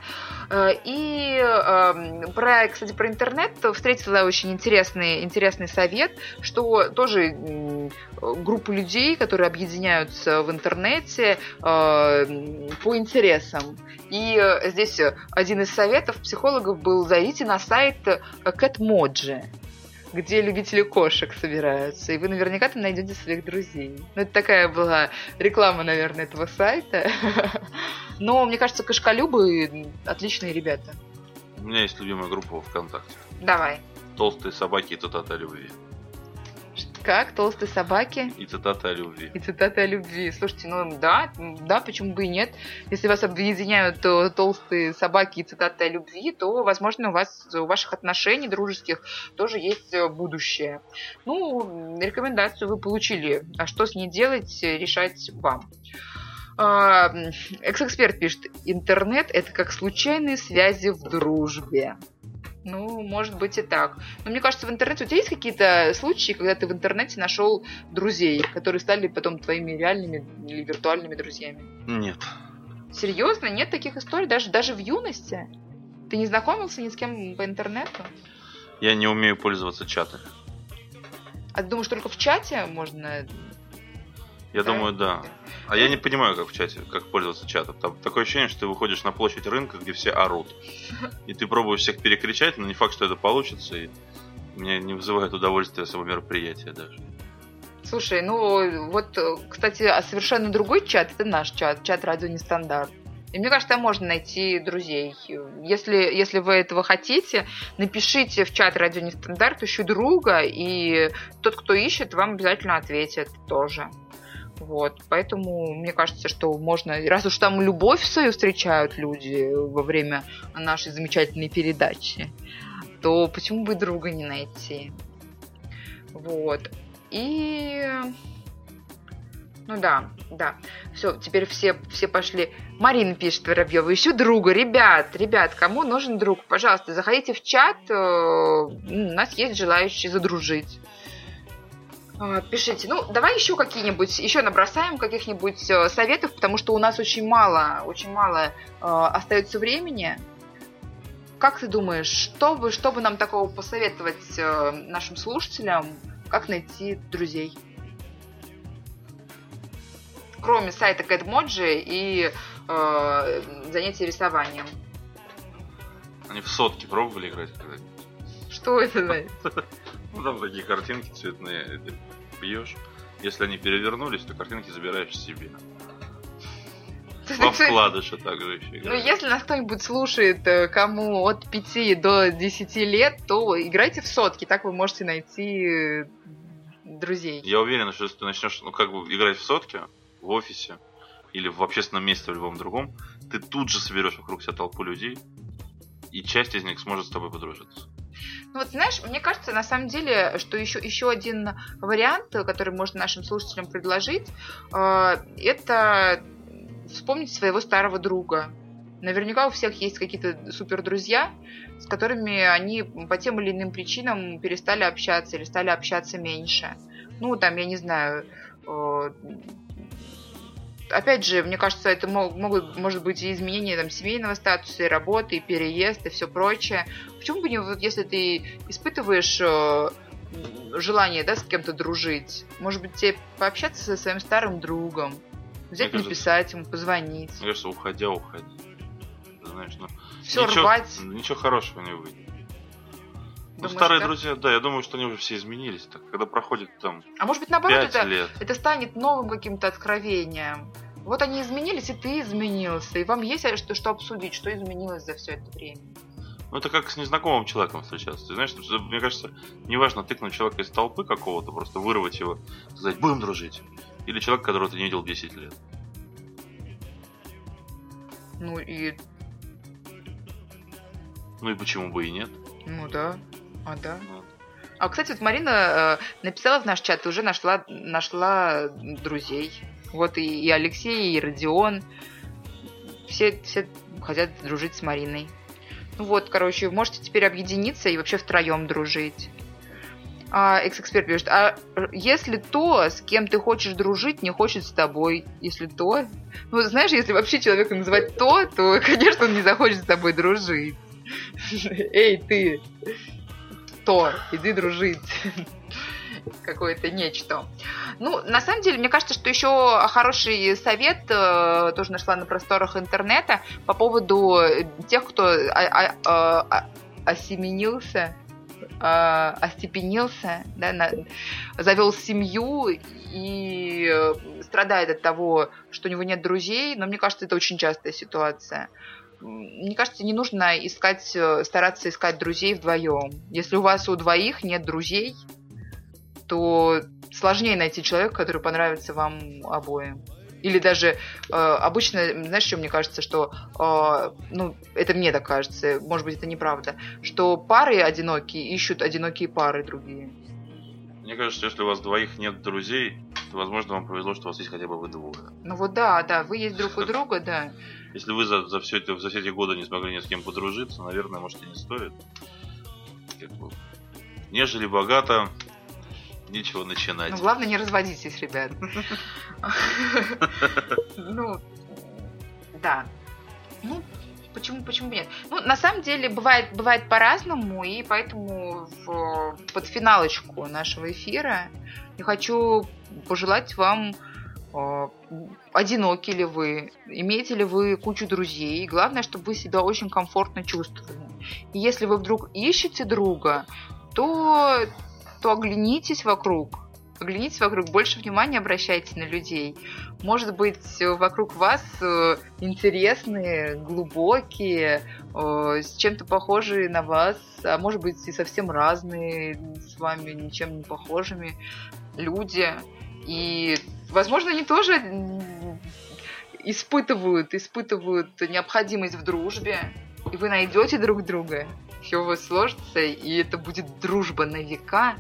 И, кстати, про интернет встретила очень интересный совет, что тоже группу людей, которые объединяются в интернете по интересам. И здесь один из советов психологов был: зайдите на сайт Catmoji, где любители кошек собираются, и вы наверняка там найдете своих друзей. Ну, это такая была реклама, наверное, этого сайта. Но, мне кажется, кошколюбы отличные ребята. У меня есть любимая группа во ВКонтакте. Давай. Толстые собаки и цитаты о любви. Как? Толстые собаки? И цитаты о любви. И цитаты о любви. Слушайте, ну да, почему бы и нет. Если вас объединяют толстые собаки и цитаты о любви, то, возможно, у ваших отношений дружеских тоже есть будущее. Ну, рекомендацию вы получили. А что с ней делать, решать вам. Экс-эксперт пишет: интернет – это как случайные связи в дружбе. Ну, может быть и так. Но мне кажется, в интернете... У тебя есть какие-то случаи, когда ты в интернете нашел друзей, которые стали потом твоими реальными или виртуальными друзьями? Нет. Серьезно? Нет таких историй? Даже в юности? Ты не знакомился ни с кем по интернету? Я не умею пользоваться чатами. А ты думаешь, только в чате можно Я думаю, да. А я не понимаю, как в чате, как пользоваться чатом. Там такое ощущение, что ты выходишь на площадь рынка, где все орут. И ты пробуешь всех перекричать, но не факт, что это получится. И меня не вызывает удовольствия само мероприятие даже. Слушай, ну вот, кстати, совершенно другой чат, это наш чат, чат «Радио Нестандарт». И мне кажется, там можно найти друзей. Если вы этого хотите, напишите в чат «Радио Нестандарт», ищу друга, и тот, кто ищет, вам обязательно ответит тоже. Вот, поэтому мне кажется, что можно, раз уж там любовь свою встречают люди во время нашей замечательной передачи, то почему бы друга не найти? Вот. И... Ну да. Все, теперь все пошли. Марина пишет, Воробьева, ищу друга. Ребят, кому нужен друг? Пожалуйста, заходите в чат. У нас есть желающие задружить. Пишите. Ну, давай еще набросаем каких-нибудь советов, потому что у нас очень мало остается времени. Как ты думаешь, что бы нам такого посоветовать нашим слушателям, как найти друзей? Кроме сайта Catmoji и занятий рисованием. Они в сотки пробовали играть когда-нибудь? Что это за... Ну, там такие картинки цветные, ты бьешь. Если они перевернулись, то картинки забираешь себе. Во вкладыши также еще играют. Ну, если нас кто-нибудь слушает, кому от 5 до 10 лет, то играйте в сотки, так вы можете найти друзей. Я уверен, что если ты начнешь, играть в сотки в офисе или в общественном месте в любом другом, ты тут же соберешь вокруг себя толпу людей, и часть из них сможет с тобой подружиться. Ну вот знаешь, мне кажется, на самом деле, что еще один вариант, который можно нашим слушателям предложить, это вспомнить своего старого друга. Наверняка у всех есть какие-то супер друзья, с которыми они по тем или иным причинам перестали общаться или стали общаться меньше. Ну, там, я не знаю... Опять же, мне кажется, это может быть и изменение там, семейного статуса, и работы, и переезд, и все прочее. Почему бы не, вот, если ты испытываешь желание, да, с кем-то дружить, может быть, тебе пообщаться со своим старым другом, взять, написать ему, позвонить. Мне кажется, уходи. Знаешь, все рвать. Ничего хорошего не выйдет. Думаешь, старые друзья, да, я думаю, что они уже все изменились. Так, когда проходит там 5 лет. А может быть, наоборот, это станет новым каким-то откровением. Вот они изменились, и ты изменился. И вам есть что обсудить, что изменилось за все это время. Ну, это как с незнакомым человеком встречаться. Ты знаешь, мне кажется, неважно тыкнуть человека из толпы какого-то, просто вырвать его, сказать, будем дружить. Или человек, которого ты не видел 10 лет. Ну и почему бы и нет? Ну да. А, кстати, вот Марина написала в наш чат, уже нашла друзей. Вот и Алексей, и Родион. Все хотят дружить с Мариной. Ну вот, короче, можете теперь объединиться и вообще втроем дружить. Экс-эксперт пишет, а если то, с кем ты хочешь дружить, не хочет с тобой? Если то... Ну, знаешь, если вообще человека называть то, конечно, он не захочет с тобой дружить. Эй, ты... То, иди дружить. Какое-то нечто. Ну, на самом деле, мне кажется, что еще хороший совет тоже нашла на просторах интернета по поводу тех, кто остепенился, да, завел семью и страдает от того, что у него нет друзей, но мне кажется, это очень частая ситуация. Мне кажется, не нужно стараться искать друзей вдвоем. Если у вас у двоих нет друзей, то сложнее найти человека, который понравится вам обоим. Или даже обычно, знаешь, что мне кажется, что, это мне так кажется, может быть, это неправда, что пары одинокие ищут одинокие пары другие. Мне кажется, если у вас двоих нет друзей, то, возможно, вам повезло, что у вас есть хотя бы вы двое. Ну вот да, вы есть друг у друга, да. Если вы за все эти годы не смогли ни с кем подружиться, наверное, может, и не стоит. Нежели богато, нечего начинать. Ну, главное, не разводитесь, ребят. Ну, да. Ну, почему нет? Ну, на самом деле, бывает по-разному, и поэтому под финалочку нашего эфира я хочу пожелать вам одиноки ли вы, имеете ли вы кучу друзей. Главное, чтобы вы себя очень комфортно чувствовали. И если вы вдруг ищете друга, то оглянитесь вокруг. Оглянитесь вокруг, больше внимания обращайте на людей. Может быть, вокруг вас интересные, глубокие, с чем-то похожие на вас, а может быть и совсем разные, с вами ничем не похожими люди. И, возможно, они тоже испытывают необходимость в дружбе, и вы найдете друг друга, все у вас сложится, и это будет дружба на века.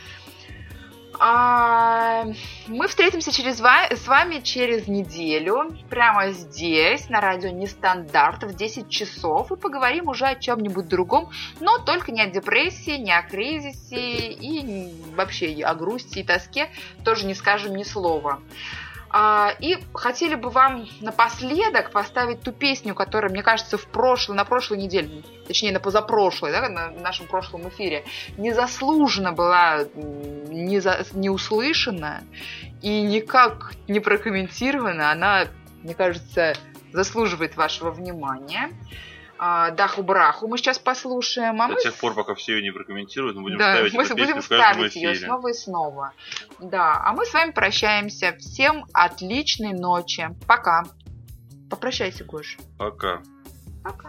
Мы встретимся с вами через неделю, прямо здесь, на радио Нестандарт, в 10 часов, и поговорим уже о чем-нибудь другом, но только не о депрессии, не о кризисе и вообще о грусти и тоске тоже не скажем ни слова. И хотели бы вам напоследок поставить ту песню, которая, мне кажется, на прошлой неделе, точнее на позапрошлой, да, на нашем прошлом эфире, незаслуженно была не услышана и никак не прокомментирована. Она, мне кажется, заслуживает вашего внимания. Даху-браху мы сейчас послушаем. До тех пор, пока все ее не прокомментируют, мы будем ставить эту песню в каждом эфире. Ее снова и снова. Да, а мы с вами прощаемся. Всем отличной ночи. Пока. Попрощайся, Гош. Пока. Пока.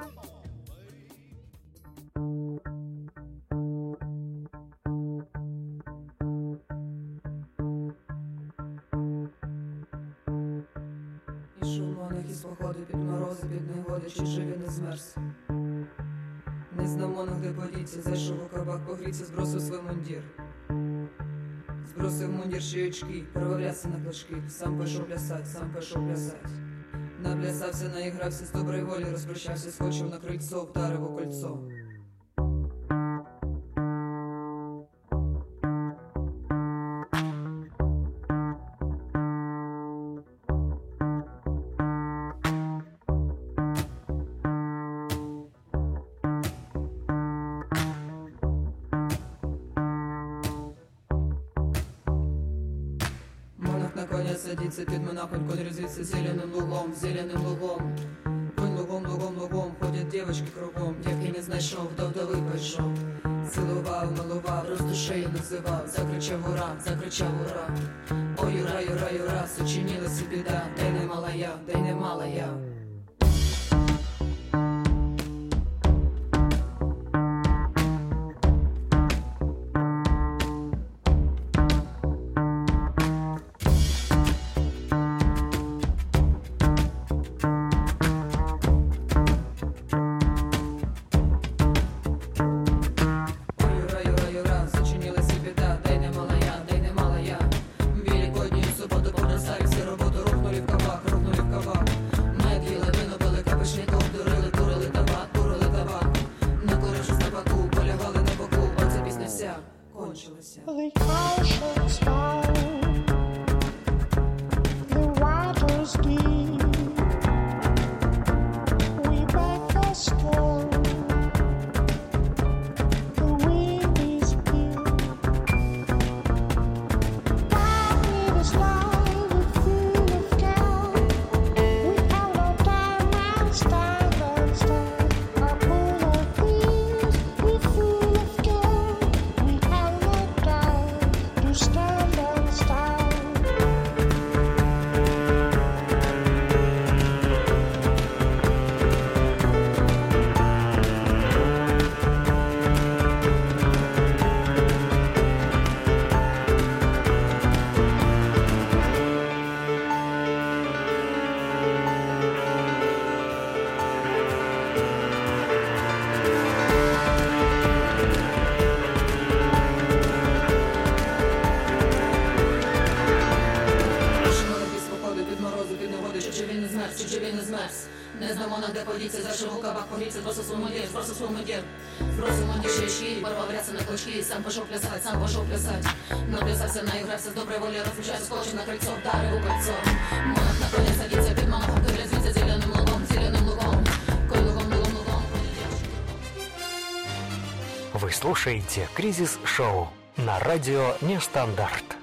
Під морози, під негоди, чи він не змерз. Не знамо, нагде подіться, зайшов у кабак, погріться, збросив свій мундір. Збросив мундір, щічки, провалявся на клочки. Сам пішов плясать. Наплясався, наігрався, з доброї волі розпрощався, скочив на крильцо, вдарив у кольцо. Садится під монахонь, конь резвится зеленым лугом. Конь лугом, ходят девочки кругом. Девки не знайшов, до вдови пішов. Цілував, милував, роздушею називав. Закричав ура. Ой, юра, сочинилась і біда. Дай не мала я. Не знамо, де подіться, зайшов у кабак, погріться, збросив свій мундір. Збросив мундір, щічки, порвав ряси на клочки. Сам пішов плясать. Наплясався, наігрався, з доброї волі розпочався, скочив на крильцо, вдарив у кольцо. Монах на коня садиться, під монахом резвиться зеленим лугом. Конь лугом. Вы слушаете «Кризис-шоу» на радио Нестандарт.